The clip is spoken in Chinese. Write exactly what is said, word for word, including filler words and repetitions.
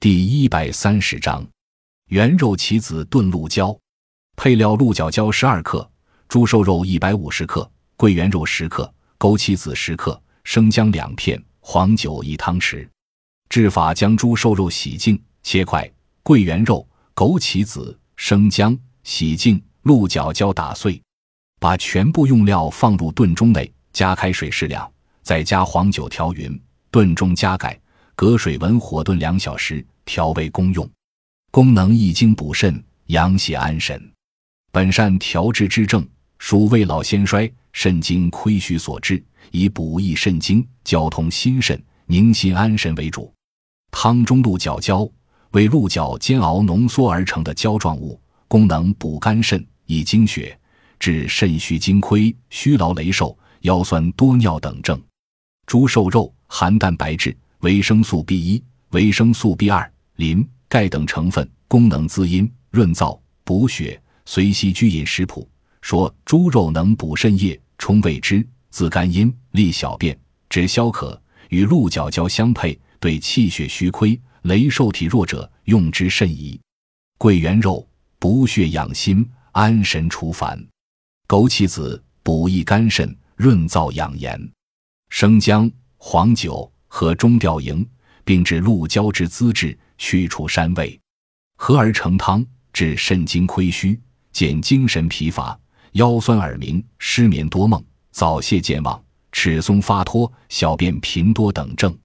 第一百三十章，原肉棋子炖鹿胶。配料：鹿角胶十二克，猪瘦肉一百五十克，桂圆肉十克，枸杞子十克，生姜两片，黄酒一汤匙。制法：将猪瘦肉洗净切块，桂圆肉、枸杞子、生姜洗净，鹿角胶打碎。把全部用料放入炖盅内，加开水适量，再加黄酒调匀，炖盅加盖，隔水文火炖两小时，调味公用。功能：益精补肾，养血安神。本善调治之症，属未老先衰、肾精亏虚所致，以补益肾精、交通心肾、宁心安神为主。汤中鹿角胶为鹿角煎熬浓缩而成的胶状物，功能补肝肾、益精血，治肾虚精亏、虚劳羸瘦、腰酸多尿等症。猪瘦肉含蛋白质、维生素 B 一、维生素 B 二、磷、钙等成分，功能滋阴、润燥、补血。随息居饮食谱说，猪肉能补肾液、充胃汁、滋肝阴、利小便、止消渴，与鹿角胶相配，对气血虚亏、羸瘦体弱者用之甚宜。桂圆肉补血养心、安神除烦；枸杞子补益肝肾、润燥养颜；生姜、黄酒和中调营，并治鹿胶之滋滞，去除膻味，合而成汤，治肾精亏虚，减精神疲乏、腰酸耳鸣、失眠多梦、早泄健忘、齿松发脱、小便频多等症。